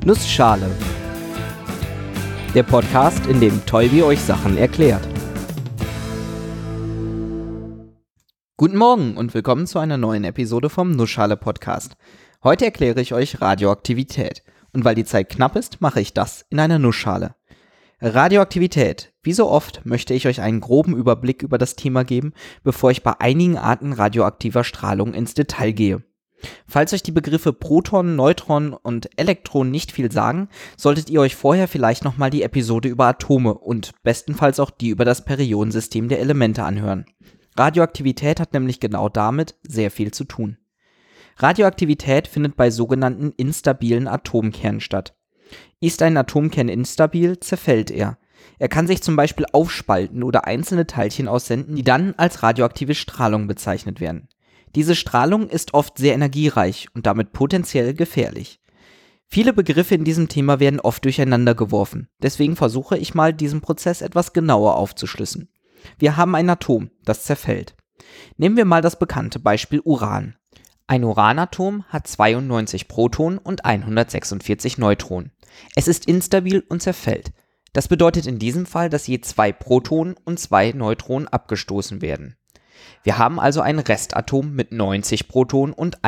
Nussschale. Der Podcast, in dem Tolbi euch Sachen erklärt. Guten Morgen und willkommen zu einer neuen Episode vom Nussschale Podcast. Heute erkläre ich euch Radioaktivität. Und weil die Zeit knapp ist, mache ich das in einer Nussschale. Radioaktivität. Wie so oft möchte ich euch einen groben Überblick über das Thema geben, bevor ich bei einigen Arten radioaktiver Strahlung ins Detail gehe. Falls euch die Begriffe Proton, Neutron und Elektron nicht viel sagen, solltet ihr euch vorher vielleicht nochmal die Episode über Atome und bestenfalls auch die über das Periodensystem der Elemente anhören. Radioaktivität hat nämlich genau damit sehr viel zu tun. Radioaktivität findet bei sogenannten instabilen Atomkernen statt. Ist ein Atomkern instabil, zerfällt er. Er kann sich zum Beispiel aufspalten oder einzelne Teilchen aussenden, die dann als radioaktive Strahlung bezeichnet werden. Diese Strahlung ist oft sehr energiereich und damit potenziell gefährlich. Viele Begriffe in diesem Thema werden oft durcheinander geworfen, deswegen versuche ich mal, diesen Prozess etwas genauer aufzuschlüsseln. Wir haben ein Atom, das zerfällt. Nehmen wir mal das bekannte Beispiel Uran. Ein Uranatom hat 92 Protonen und 146 Neutronen. Es ist instabil und zerfällt. Das bedeutet in diesem Fall, dass je 2 Protonen und 2 Neutronen abgestoßen werden. Wir haben also ein Restatom mit 90 Protonen und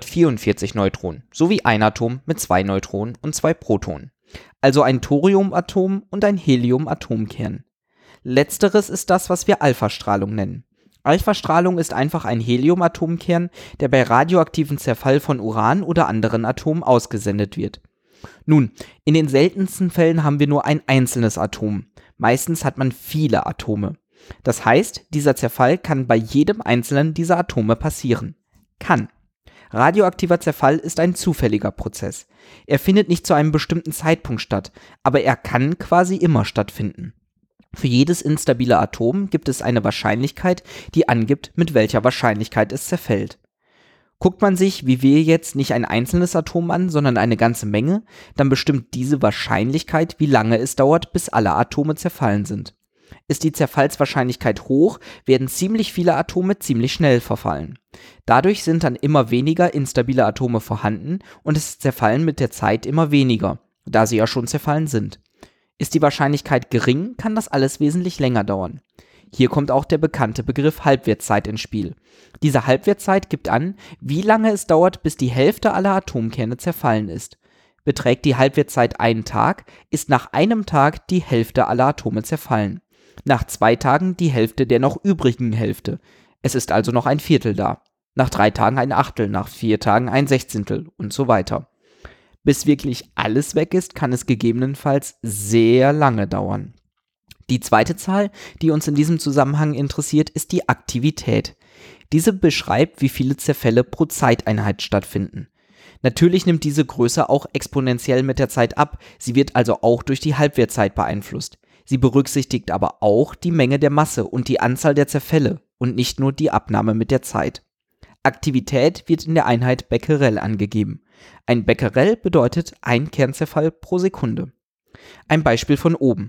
144 Neutronen, sowie ein Atom mit 2 Neutronen und 2 Protonen. Also ein Thoriumatom und ein Heliumatomkern. Letzteres ist das, was wir Alphastrahlung nennen. Alphastrahlung ist einfach ein Heliumatomkern, der bei radioaktivem Zerfall von Uran oder anderen Atomen ausgesendet wird. Nun, in den seltensten Fällen haben wir nur ein einzelnes Atom. Meistens hat man viele Atome. Das heißt, dieser Zerfall kann bei jedem einzelnen dieser Atome passieren. Kann. Radioaktiver Zerfall ist ein zufälliger Prozess. Er findet nicht zu einem bestimmten Zeitpunkt statt, aber er kann quasi immer stattfinden. Für jedes instabile Atom gibt es eine Wahrscheinlichkeit, die angibt, mit welcher Wahrscheinlichkeit es zerfällt. Guckt man sich, wie wir jetzt, nicht ein einzelnes Atom an, sondern eine ganze Menge, dann bestimmt diese Wahrscheinlichkeit, wie lange es dauert, bis alle Atome zerfallen sind. Ist die Zerfallswahrscheinlichkeit hoch, werden ziemlich viele Atome ziemlich schnell verfallen. Dadurch sind dann immer weniger instabile Atome vorhanden und es zerfallen mit der Zeit immer weniger, da sie ja schon zerfallen sind. Ist die Wahrscheinlichkeit gering, kann das alles wesentlich länger dauern. Hier kommt auch der bekannte Begriff Halbwertszeit ins Spiel. Diese Halbwertszeit gibt an, wie lange es dauert, bis die Hälfte aller Atomkerne zerfallen ist. Beträgt die Halbwertszeit einen Tag, ist nach einem Tag die Hälfte aller Atome zerfallen. Nach 2 Tagen die Hälfte der noch übrigen Hälfte. Es ist also noch ein Viertel da. Nach 3 Tagen ein Achtel, nach 4 Tagen ein Sechzehntel und so weiter. Bis wirklich alles weg ist, kann es gegebenenfalls sehr lange dauern. Die zweite Zahl, die uns in diesem Zusammenhang interessiert, ist die Aktivität. Diese beschreibt, wie viele Zerfälle pro Zeiteinheit stattfinden. Natürlich nimmt diese Größe auch exponentiell mit der Zeit ab, sie wird also auch durch die Halbwertszeit beeinflusst. Sie berücksichtigt aber auch die Menge der Masse und die Anzahl der Zerfälle und nicht nur die Abnahme mit der Zeit. Aktivität wird in der Einheit Becquerel angegeben. Ein Becquerel bedeutet ein Kernzerfall pro Sekunde. Ein Beispiel von oben.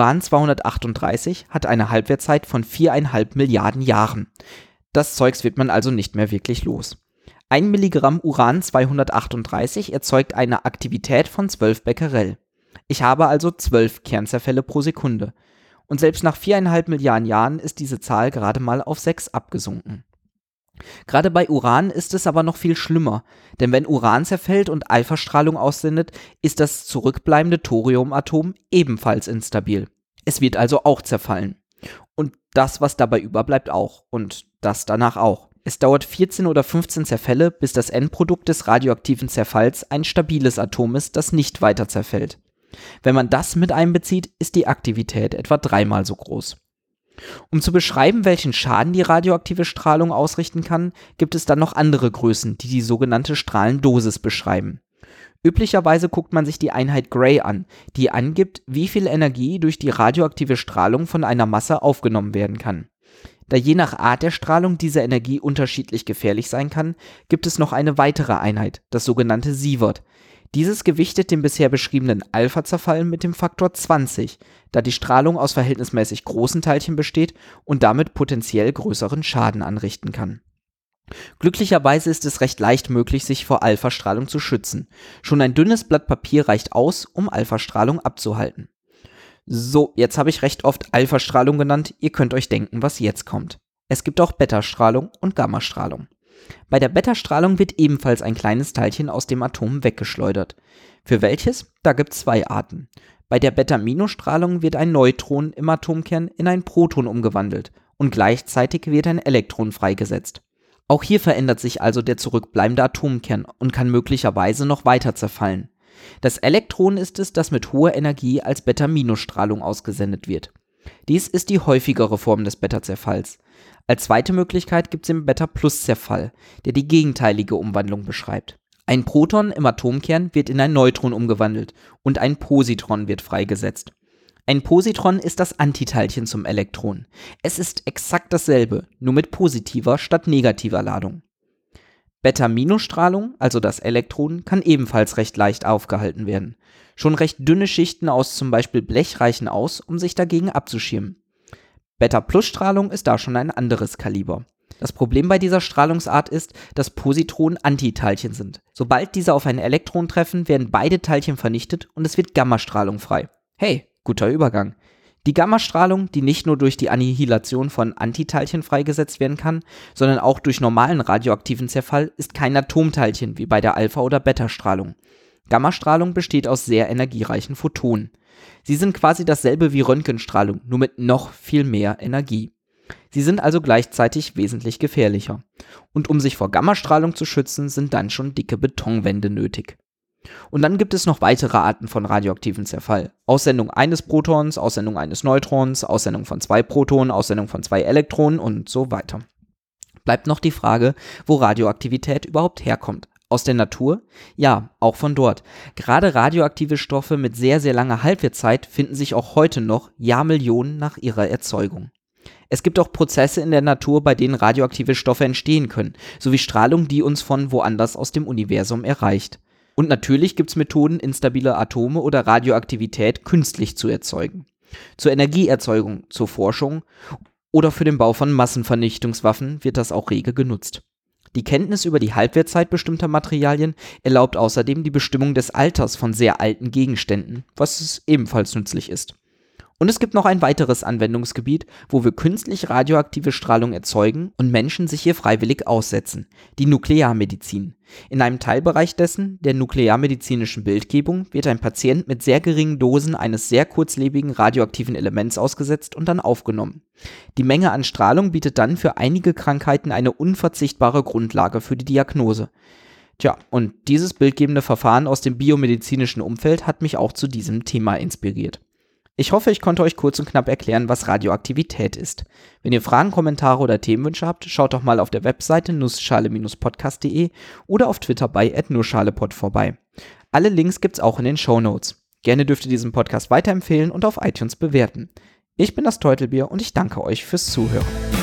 Uran-238 hat eine Halbwertszeit von 4,5 Milliarden Jahren. Das Zeugs wird man also nicht mehr wirklich los. 1 Milligramm Uran-238 erzeugt eine Aktivität von 12 Becquerel. Ich habe also 12 Kernzerfälle pro Sekunde. Und selbst nach 4,5 Milliarden Jahren ist diese Zahl gerade mal auf 6 abgesunken. Gerade bei Uran ist es aber noch viel schlimmer, denn wenn Uran zerfällt und Alphastrahlung aussendet, ist das zurückbleibende Thoriumatom ebenfalls instabil. Es wird also auch zerfallen. Und das, was dabei überbleibt, auch. Und das danach auch. Es dauert 14 oder 15 Zerfälle, bis das Endprodukt des radioaktiven Zerfalls ein stabiles Atom ist, das nicht weiter zerfällt. Wenn man das mit einbezieht, ist die Aktivität etwa 3-mal so groß. Um zu beschreiben, welchen Schaden die radioaktive Strahlung ausrichten kann, gibt es dann noch andere Größen, die die sogenannte Strahlendosis beschreiben. Üblicherweise guckt man sich die Einheit Gray an, die angibt, wie viel Energie durch die radioaktive Strahlung von einer Masse aufgenommen werden kann. Da je nach Art der Strahlung diese Energie unterschiedlich gefährlich sein kann, gibt es noch eine weitere Einheit, das sogenannte Sievert. Dieses gewichtet den bisher beschriebenen Alpha-Zerfall mit dem Faktor 20, da die Strahlung aus verhältnismäßig großen Teilchen besteht und damit potenziell größeren Schaden anrichten kann. Glücklicherweise ist es recht leicht möglich, sich vor Alphastrahlung zu schützen. Schon ein dünnes Blatt Papier reicht aus, um Alphastrahlung abzuhalten. So, jetzt habe ich recht oft Alphastrahlung genannt, ihr könnt euch denken, was jetzt kommt. Es gibt auch Betastrahlung und Gammastrahlung. Bei der Betastrahlung wird ebenfalls ein kleines Teilchen aus dem Atom weggeschleudert. Für welches? Da gibt es 2 Arten. Bei der Beta-Minus-Strahlung wird ein Neutron im Atomkern in ein Proton umgewandelt und gleichzeitig wird ein Elektron freigesetzt. Auch hier verändert sich also der zurückbleibende Atomkern und kann möglicherweise noch weiter zerfallen. Das Elektron ist es, das mit hoher Energie als Beta-Minus-Strahlung ausgesendet wird. Dies ist die häufigere Form des Beta-Zerfalls. Als zweite Möglichkeit gibt es den Beta-Plus-Zerfall, der die gegenteilige Umwandlung beschreibt. Ein Proton im Atomkern wird in ein Neutron umgewandelt und ein Positron wird freigesetzt. Ein Positron ist das Antiteilchen zum Elektron. Es ist exakt dasselbe, nur mit positiver statt negativer Ladung. Beta-Minus-Strahlung, also das Elektron, kann ebenfalls recht leicht aufgehalten werden. Schon recht dünne Schichten aus zum Beispiel Blech reichen aus, um sich dagegen abzuschirmen. Beta-Plus-Strahlung ist da schon ein anderes Kaliber. Das Problem bei dieser Strahlungsart ist, dass Positronen Antiteilchen sind. Sobald diese auf ein Elektron treffen, werden beide Teilchen vernichtet und es wird Gammastrahlung frei. Hey, guter Übergang. Die Gammastrahlung, die nicht nur durch die Annihilation von Antiteilchen freigesetzt werden kann, sondern auch durch normalen radioaktiven Zerfall, ist kein Atomteilchen wie bei der Alpha- oder Beta-Strahlung. Gammastrahlung besteht aus sehr energiereichen Photonen. Sie sind quasi dasselbe wie Röntgenstrahlung, nur mit noch viel mehr Energie. Sie sind also gleichzeitig wesentlich gefährlicher. Und um sich vor Gammastrahlung zu schützen, sind dann schon dicke Betonwände nötig. Und dann gibt es noch weitere Arten von radioaktivem Zerfall. Aussendung eines Protons, Aussendung eines Neutrons, Aussendung von 2 Protonen, Aussendung von 2 Elektronen und so weiter. Bleibt noch die Frage, wo Radioaktivität überhaupt herkommt. Aus der Natur? Ja, auch von dort. Gerade radioaktive Stoffe mit sehr, sehr langer Halbwertszeit finden sich auch heute noch Jahrmillionen nach ihrer Erzeugung. Es gibt auch Prozesse in der Natur, bei denen radioaktive Stoffe entstehen können, sowie Strahlung, die uns von woanders aus dem Universum erreicht. Und natürlich gibt es Methoden, instabile Atome oder Radioaktivität künstlich zu erzeugen. Zur Energieerzeugung, zur Forschung oder für den Bau von Massenvernichtungswaffen wird das auch rege genutzt. Die Kenntnis über die Halbwertszeit bestimmter Materialien erlaubt außerdem die Bestimmung des Alters von sehr alten Gegenständen, was ebenfalls nützlich ist. Und es gibt noch ein weiteres Anwendungsgebiet, wo wir künstlich radioaktive Strahlung erzeugen und Menschen sich hier freiwillig aussetzen: die Nuklearmedizin. In einem Teilbereich dessen, der nuklearmedizinischen Bildgebung, wird ein Patient mit sehr geringen Dosen eines sehr kurzlebigen radioaktiven Elements ausgesetzt und dann aufgenommen. Die Menge an Strahlung bietet dann für einige Krankheiten eine unverzichtbare Grundlage für die Diagnose. Tja, und dieses bildgebende Verfahren aus dem biomedizinischen Umfeld hat mich auch zu diesem Thema inspiriert. Ich hoffe, ich konnte euch kurz und knapp erklären, was Radioaktivität ist. Wenn ihr Fragen, Kommentare oder Themenwünsche habt, schaut doch mal auf der Webseite nussschale-podcast.de oder auf Twitter bei @nursschalepod vorbei. Alle Links gibt's auch in den Shownotes. Gerne dürft ihr diesen Podcast weiterempfehlen und auf iTunes bewerten. Ich bin das Teutelbier und ich danke euch fürs Zuhören.